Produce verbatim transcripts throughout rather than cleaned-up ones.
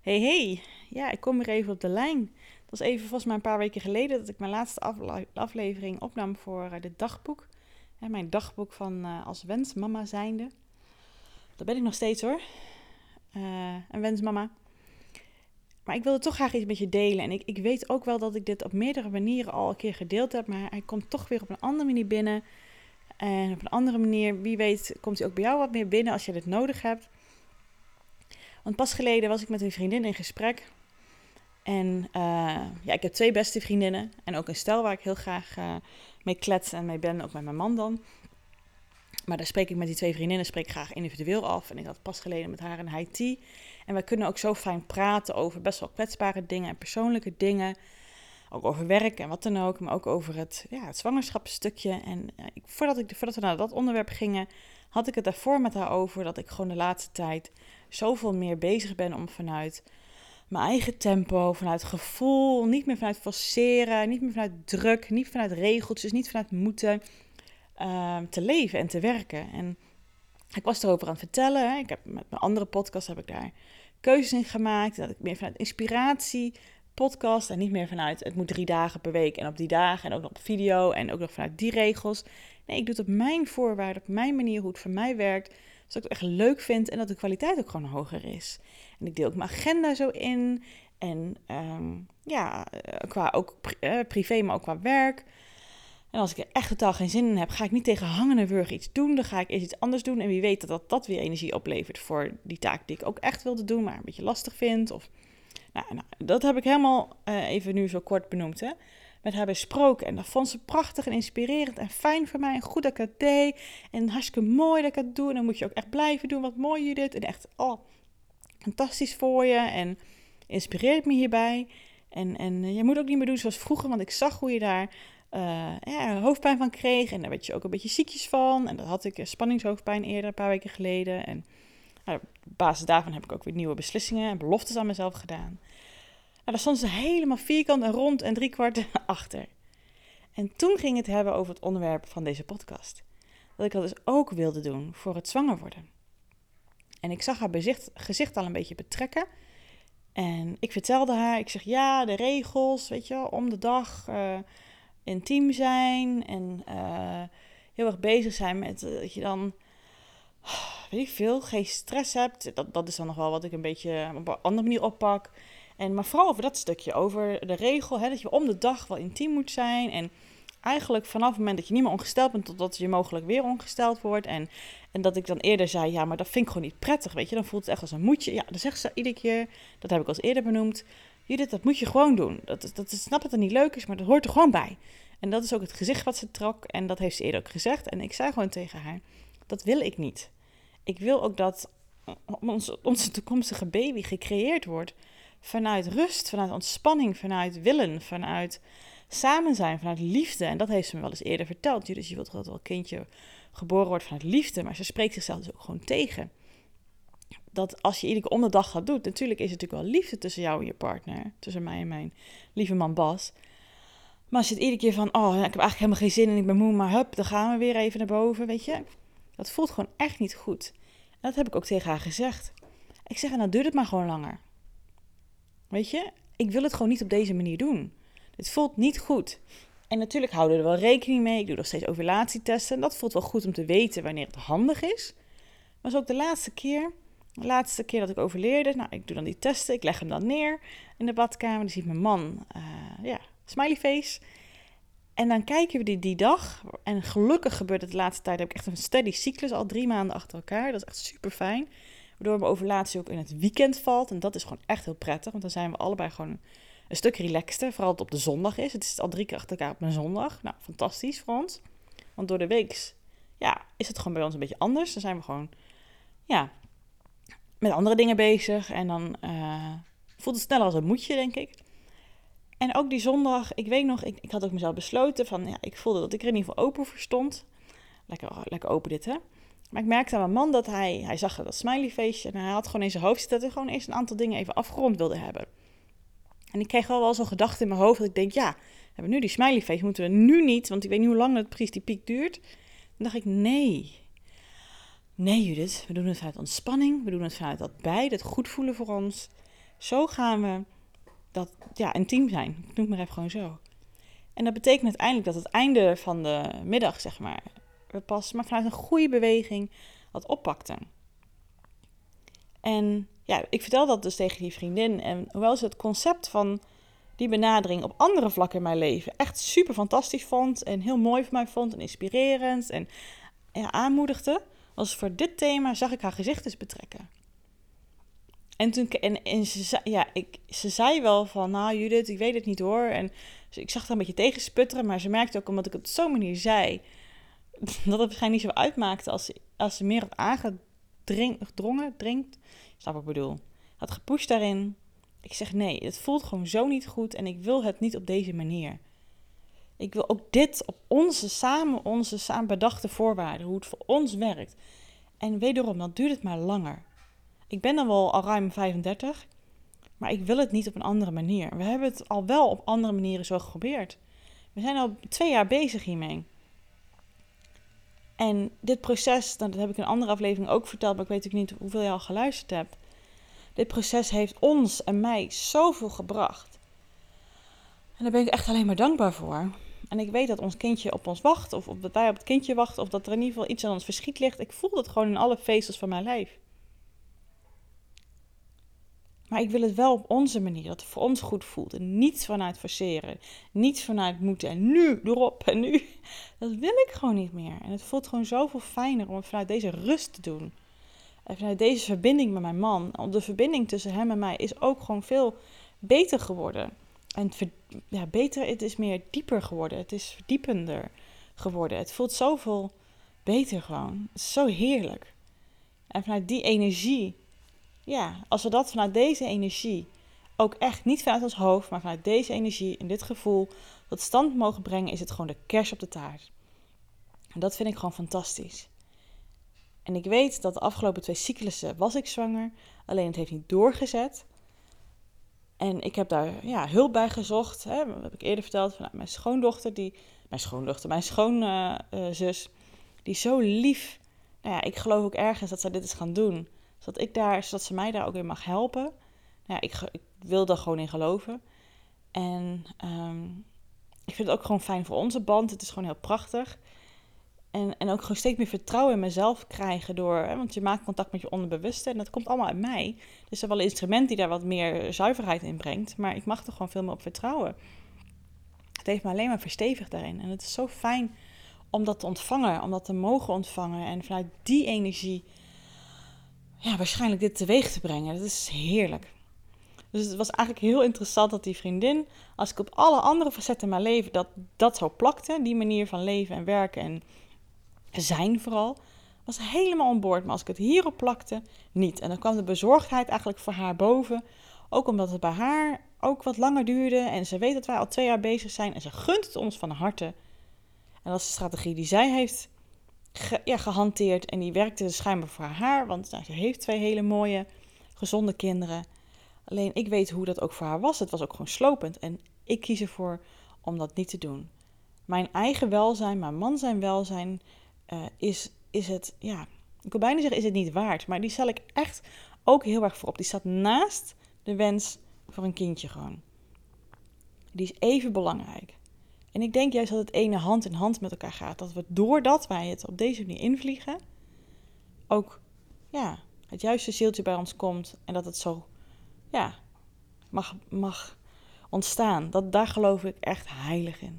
Hey, hey. Ja, ik kom weer even op de lijn. Dat was even volgens mij een paar weken geleden dat ik mijn laatste afle- aflevering opnam voor uh, dit dagboek. Hè, mijn dagboek van uh, als wensmama zijnde. Dat ben ik nog steeds hoor. Uh, een wensmama. Maar ik wilde toch graag iets met je delen. En ik, ik weet ook wel dat ik dit op meerdere manieren al een keer gedeeld heb. Maar hij komt toch weer op een andere manier binnen. En op een andere manier, wie weet, komt hij ook bij jou wat meer binnen als je dit nodig hebt. Want pas geleden was ik met een vriendin in gesprek. En uh, ja, ik heb twee beste vriendinnen. En ook een stel waar ik heel graag uh, mee klets en mee ben. Ook met mijn man dan. Maar daar spreek ik met die twee vriendinnen spreek ik graag individueel af. En ik had pas geleden met haar een high tea. En wij kunnen ook zo fijn praten over best wel kwetsbare dingen en persoonlijke dingen. Ook over werk en wat dan ook. Maar ook over het, ja, het zwangerschapsstukje. En uh, ik, voordat, ik, voordat we naar dat onderwerp gingen, had ik het daarvoor met haar over dat ik gewoon de laatste tijd zoveel meer bezig ben om vanuit mijn eigen tempo, vanuit gevoel, niet meer vanuit forceren, niet meer vanuit druk, niet vanuit regeltjes, niet vanuit moeten uh, te leven en te werken. En ik was erover aan het vertellen. Hè. Ik heb met mijn andere podcast heb ik daar keuzes in gemaakt. Dat ik meer vanuit inspiratie podcast en niet meer vanuit het moet drie dagen per week en op die dagen en ook nog op video en ook nog vanuit die regels. Nee, ik doe het op mijn voorwaarden, op mijn manier, hoe het voor mij werkt. Zodat ik het echt leuk vind en dat de kwaliteit ook gewoon hoger is. En ik deel ook mijn agenda zo in. En um, ja, qua ook uh, privé, maar ook qua werk. En als ik er echt totaal geen zin in heb, ga ik niet tegen hangende wurgen iets doen. Dan ga ik eens iets anders doen. En wie weet dat dat, dat weer energie oplevert voor die taak die ik ook echt wilde doen, maar een beetje lastig vind. Of, nou, nou, dat heb ik helemaal uh, even nu zo kort benoemd, hè. Met haar besproken. En dat vond ze prachtig en inspirerend en fijn voor mij. En goed dat ik dat deed. En hartstikke mooi dat ik dat doe. En dan moet je ook echt blijven doen. Wat mooi Judith. En echt, oh, fantastisch voor je. En inspireert me hierbij. En, en je moet ook niet meer doen zoals vroeger. Want ik zag hoe je daar uh, ja, hoofdpijn van kreeg. En daar werd je ook een beetje ziekjes van. En dat had ik uh, spanningshoofdpijn eerder, een paar weken geleden. En nou, op basis daarvan heb ik ook weer nieuwe beslissingen en beloftes aan mezelf gedaan. Nou, daar stond ze helemaal vierkant en rond en driekwart achter. En toen ging het hebben over het onderwerp van deze podcast. Dat ik dat dus ook wilde doen voor het zwanger worden. En ik zag haar bezicht, gezicht al een beetje betrekken. En ik vertelde haar, ik zeg ja, de regels, weet je wel, om de dag uh, intiem zijn. En uh, heel erg bezig zijn met uh, dat je dan, weet ik veel, geen stress hebt. Dat, dat is dan nog wel wat ik een beetje op een andere manier oppak. En, maar vooral over dat stukje, over de regel, hè, dat je om de dag wel intiem moet zijn. En eigenlijk vanaf het moment dat je niet meer ongesteld bent, totdat je mogelijk weer ongesteld wordt. En, en dat ik dan eerder zei, ja, maar dat vind ik gewoon niet prettig, weet je. Dan voelt het echt als een moetje. Ja, dan zegt ze iedere keer, dat heb ik al eens eerder benoemd. Judith, dat moet je gewoon doen. Dat, dat, ik snap dat het niet leuk is, maar dat hoort er gewoon bij. En dat is ook het gezicht wat ze trok. En dat heeft ze eerder ook gezegd. En ik zei gewoon tegen haar, dat wil ik niet. Ik wil ook dat onze, onze toekomstige baby gecreëerd wordt vanuit rust, vanuit ontspanning, vanuit willen, vanuit samen zijn, vanuit liefde. En dat heeft ze me wel eens eerder verteld. Dus je wilt dat wel een kindje geboren wordt vanuit liefde, maar ze spreekt zichzelf dus ook gewoon tegen. Dat als je iedere keer om de dag gaat doen, natuurlijk is het natuurlijk wel liefde tussen jou en je partner, tussen mij en mijn lieve man Bas. Maar als je het iedere keer van, oh, ik heb eigenlijk helemaal geen zin en ik ben moe, maar hup, dan gaan we weer even naar boven, weet je. Dat voelt gewoon echt niet goed. En dat heb ik ook tegen haar gezegd. Ik zeg, en dan duurt het maar gewoon langer. Weet je, ik wil het gewoon niet op deze manier doen. Het voelt niet goed. En natuurlijk houden we er wel rekening mee. Ik doe nog steeds ovulatietesten. En dat voelt wel goed om te weten wanneer het handig is. Maar zo ook de laatste keer. De laatste keer dat ik overleerde. Nou, ik doe dan die testen. Ik leg hem dan neer in de badkamer. Dan ziet mijn man, uh, ja, smiley face. En dan kijken we die, die dag. En gelukkig gebeurt het de laatste tijd. Heb ik echt een steady cyclus. Al drie maanden achter elkaar. Dat is echt super fijn. Waardoor mijn ovulatie ook in het weekend valt. En dat is gewoon echt heel prettig. Want dan zijn we allebei gewoon een stuk relaxter. Vooral dat het op de zondag is. Het is al drie keer achter elkaar op een zondag. Nou, fantastisch voor ons. Want door de week ja, is het gewoon bij ons een beetje anders. Dan zijn we gewoon ja, met andere dingen bezig. En dan uh, voelt het sneller als een moedje, denk ik. En ook die zondag, ik weet nog, ik, ik had ook mezelf besloten van, ja, ik voelde dat ik er in ieder geval open voor stond. Lekker, lekker open dit, hè. Maar ik merkte aan mijn man dat hij, hij zag dat smileyfeestje en hij had gewoon in zijn hoofd dat hij gewoon eerst een aantal dingen even afgerond wilde hebben. En ik kreeg wel wel zo'n gedachte in mijn hoofd dat ik denk, ja, we hebben nu die smileyfeest, moeten we nu niet, want ik weet niet hoe lang het precies die piek duurt. Dan dacht ik, nee. Nee Judith, we doen het vanuit ontspanning, we doen het vanuit dat bij, dat goed voelen voor ons. Zo gaan we dat, ja, intiem zijn. Ik noem het maar even gewoon zo. En dat betekent uiteindelijk dat het einde van de middag, zeg maar, we pas maar vanuit een goede beweging wat oppakten. En ja, ik vertel dat dus tegen die vriendin. En hoewel ze het concept van die benadering op andere vlakken in mijn leven echt super fantastisch vond en heel mooi voor mij vond en inspirerend en ja, aanmoedigde, was voor dit thema zag ik haar gezicht eens betrekken. En toen en, en ze, zei, ja, ik, ze zei wel van, nou Judith, ik weet het niet hoor. En dus ik zag haar een beetje tegensputteren, maar ze merkte ook omdat ik het op zo'n manier zei, dat het waarschijnlijk niet zo uitmaakte als, als ze meer had aangedrongen, drinkt, snap wat ik bedoel, had gepusht daarin. Ik zeg nee, het voelt gewoon zo niet goed en ik wil het niet op deze manier. Ik wil ook dit op onze samen, onze samen bedachte voorwaarden, hoe het voor ons werkt. En wederom, dan duurt het maar langer. Ik ben dan wel al ruim vijfendertig, maar ik wil het niet op een andere manier. We hebben het al wel op andere manieren zo geprobeerd. We zijn al twee jaar bezig hiermee. En dit proces, dat heb ik in een andere aflevering ook verteld, maar ik weet ook niet hoeveel je al geluisterd hebt. Dit proces heeft ons en mij zoveel gebracht. En daar ben ik echt alleen maar dankbaar voor. En ik weet dat ons kindje op ons wacht, of dat wij op het kindje wachten, of dat er in ieder geval iets aan ons verschiet ligt. Ik voel dat gewoon in alle vezels van mijn lijf. Maar ik wil het wel op onze manier, dat het voor ons goed voelt. En niet vanuit forceren, niet vanuit moeten en nu erop en nu. Dat wil ik gewoon niet meer. En het voelt gewoon zoveel fijner om het vanuit deze rust te doen. En vanuit deze verbinding met mijn man. De verbinding tussen hem en mij is ook gewoon veel beter geworden. En ver, ja, beter, het is meer dieper geworden. Het is verdiepender geworden. Het voelt zoveel beter gewoon. Het is zo heerlijk. En vanuit die energie, ja, als we dat vanuit deze energie, ook echt niet vanuit ons hoofd, maar vanuit deze energie en dit gevoel tot stand mogen brengen, is het gewoon de kers op de taart. En dat vind ik gewoon fantastisch. En ik weet dat de afgelopen twee cyclussen was ik zwanger, alleen het heeft niet doorgezet. En ik heb daar ja, hulp bij gezocht. Hè. Dat heb ik eerder verteld vanuit mijn schoondochter, die, mijn schoondochter, mijn schoonzus, die is zo lief. Nou ja, ik geloof ook ergens dat zij dit is gaan doen, zodat ik daar, zodat ze mij daar ook in mag helpen. Nou ja, ik, ik wil daar gewoon in geloven. En um, ik vind het ook gewoon fijn voor onze band. Het is gewoon heel prachtig. En, en ook gewoon steeds meer vertrouwen in mezelf krijgen door, hè, want je maakt contact met je onderbewuste en dat komt allemaal uit mij. Dus er is wel een instrument die daar wat meer zuiverheid in brengt, maar ik mag er gewoon veel meer op vertrouwen. Het heeft me alleen maar verstevigd daarin. En het is zo fijn om dat te ontvangen, om dat te mogen ontvangen en vanuit die energie ja, waarschijnlijk dit teweeg te brengen. Dat is heerlijk. Dus het was eigenlijk heel interessant dat die vriendin, als ik op alle andere facetten in mijn leven dat, dat zo plakte, die manier van leven en werken en zijn vooral, was helemaal on boord. Maar als ik het hierop plakte, niet. En dan kwam de bezorgdheid eigenlijk voor haar boven. Ook omdat het bij haar ook wat langer duurde. En ze weet dat wij al twee jaar bezig zijn. En ze gunt het ons van harte. En dat is de strategie die zij heeft ge, ja, gehanteerd. En die werkte schijnbaar voor haar. Want nou, ze heeft twee hele mooie, gezonde kinderen. Alleen ik weet hoe dat ook voor haar was. Het was ook gewoon slopend. En ik kies ervoor om dat niet te doen. Mijn eigen welzijn, mijn man zijn welzijn, uh, is, is het, ja, ik wil bijna zeggen is het niet waard. Maar die stel ik echt ook heel erg voor op. Die staat naast de wens voor een kindje gewoon. Die is even belangrijk. En ik denk juist dat het ene hand in hand met elkaar gaat. Dat we doordat wij het op deze manier invliegen, ook ja, het juiste zieltje bij ons komt. En dat het zo ja, mag, mag ontstaan. Dat, daar geloof ik echt heilig in.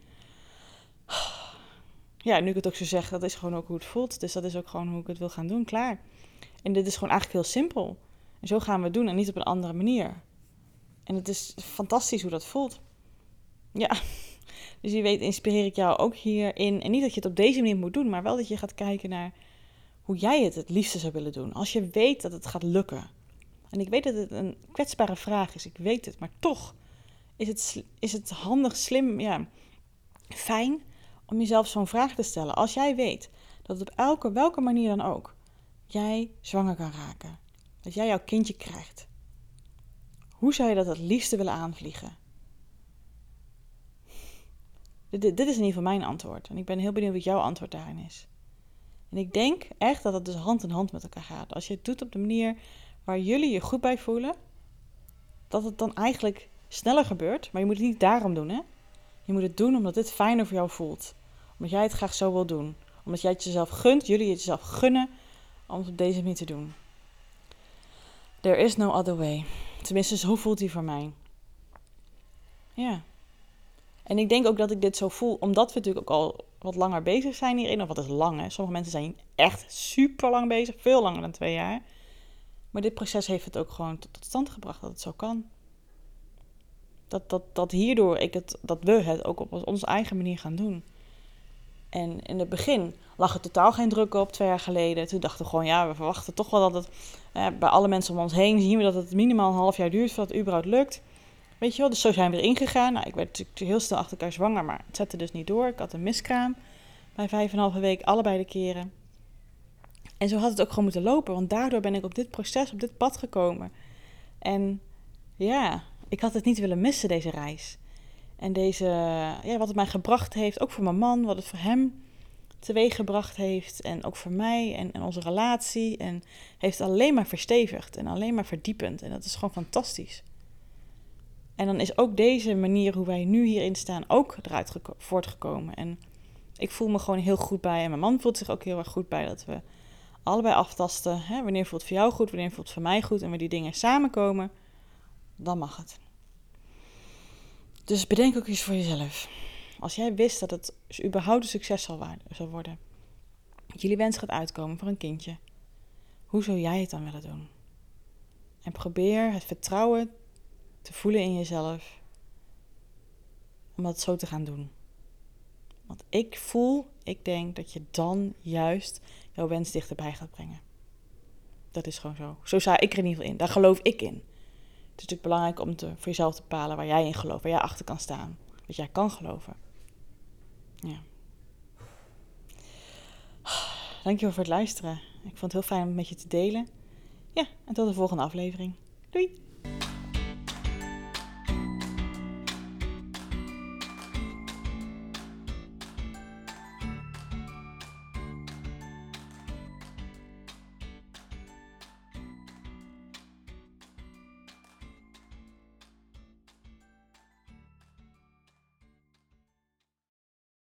Ja, nu ik het ook zo zeg, dat is gewoon ook hoe het voelt. Dus dat is ook gewoon hoe ik het wil gaan doen, klaar. En dit is gewoon eigenlijk heel simpel. En zo gaan we het doen en niet op een andere manier. En het is fantastisch hoe dat voelt. Ja, dus wie weet inspireer ik jou ook hierin. En niet dat je het op deze manier moet doen, maar wel dat je gaat kijken naar hoe jij het het liefste zou willen doen. Als je weet dat het gaat lukken. En ik weet dat het een kwetsbare vraag is, ik weet het. Maar toch is het, is het handig, slim, ja, fijn om jezelf zo'n vraag te stellen. Als jij weet dat op elke, welke manier dan ook, jij zwanger kan raken. Dat jij jouw kindje krijgt. Hoe zou je dat het liefste willen aanvliegen? Dit, dit is in ieder geval mijn antwoord. En ik ben heel benieuwd wat jouw antwoord daarin is. En ik denk echt dat het dus hand in hand met elkaar gaat. Als je het doet op de manier waar jullie je goed bij voelen, dat het dan eigenlijk sneller gebeurt. Maar je moet het niet daarom doen, hè. Je moet het doen omdat dit fijner voor jou voelt. Omdat jij het graag zo wil doen. Omdat jij het jezelf gunt, jullie het jezelf gunnen om het op deze manier te doen. There is no other way. Tenminste, zo voelt hij voor mij. Ja. En ik denk ook dat ik dit zo voel, omdat we natuurlijk ook al wat langer bezig zijn hierin. Of wat is lang, hè? Sommige mensen zijn echt super lang bezig. Veel langer dan twee jaar. Maar dit proces heeft het ook gewoon tot, tot stand gebracht dat het zo kan. Dat, dat, dat hierdoor ik het, dat we het ook op onze eigen manier gaan doen. En in het begin lag er totaal geen druk op, twee jaar geleden. Toen dachten we gewoon, ja, we verwachten toch wel dat het... Eh, bij alle mensen om ons heen zien we dat het minimaal een half jaar duurt voordat het überhaupt lukt. Weet je wel, dus zo zijn we erin gegaan. Nou, ik werd natuurlijk heel snel achter elkaar zwanger, maar het zette dus niet door. Ik had een miskraam bij vijf en een halve week, allebei de keren. En zo had het ook gewoon moeten lopen, want daardoor ben ik op dit proces, op dit pad gekomen. En ja, ik had het niet willen missen, deze reis. En deze, ja, wat het mij gebracht heeft, ook voor mijn man, wat het voor hem teweeg gebracht heeft. En ook voor mij en, en onze relatie. En heeft het alleen maar verstevigd en alleen maar verdiepend. En dat is gewoon fantastisch. En dan is ook deze manier hoe wij nu hierin staan ook eruit geko- voortgekomen. En ik voel me gewoon heel goed bij. En mijn man voelt zich ook heel erg goed bij dat we allebei aftasten. Hè? Wanneer voelt het voor jou goed, wanneer voelt het voor mij goed. En we die dingen samenkomen, dan mag het. Dus bedenk ook eens voor jezelf. Als jij wist dat het überhaupt een succes zal, waarde, zal worden. Dat jullie wens gaat uitkomen voor een kindje. Hoe zou jij het dan willen doen? En probeer het vertrouwen te voelen in jezelf. Om dat zo te gaan doen. Want ik voel, ik denk dat je dan juist jouw wens dichterbij gaat brengen. Dat is gewoon zo. Zo sta ik er in ieder geval in. Daar geloof ik in. Het is natuurlijk belangrijk om te, voor jezelf te bepalen waar jij in gelooft. Waar jij achter kan staan. Wat jij kan geloven. Ja. Dankjewel voor het luisteren. Ik vond het heel fijn om het met je te delen. Ja, en tot de volgende aflevering. Doei!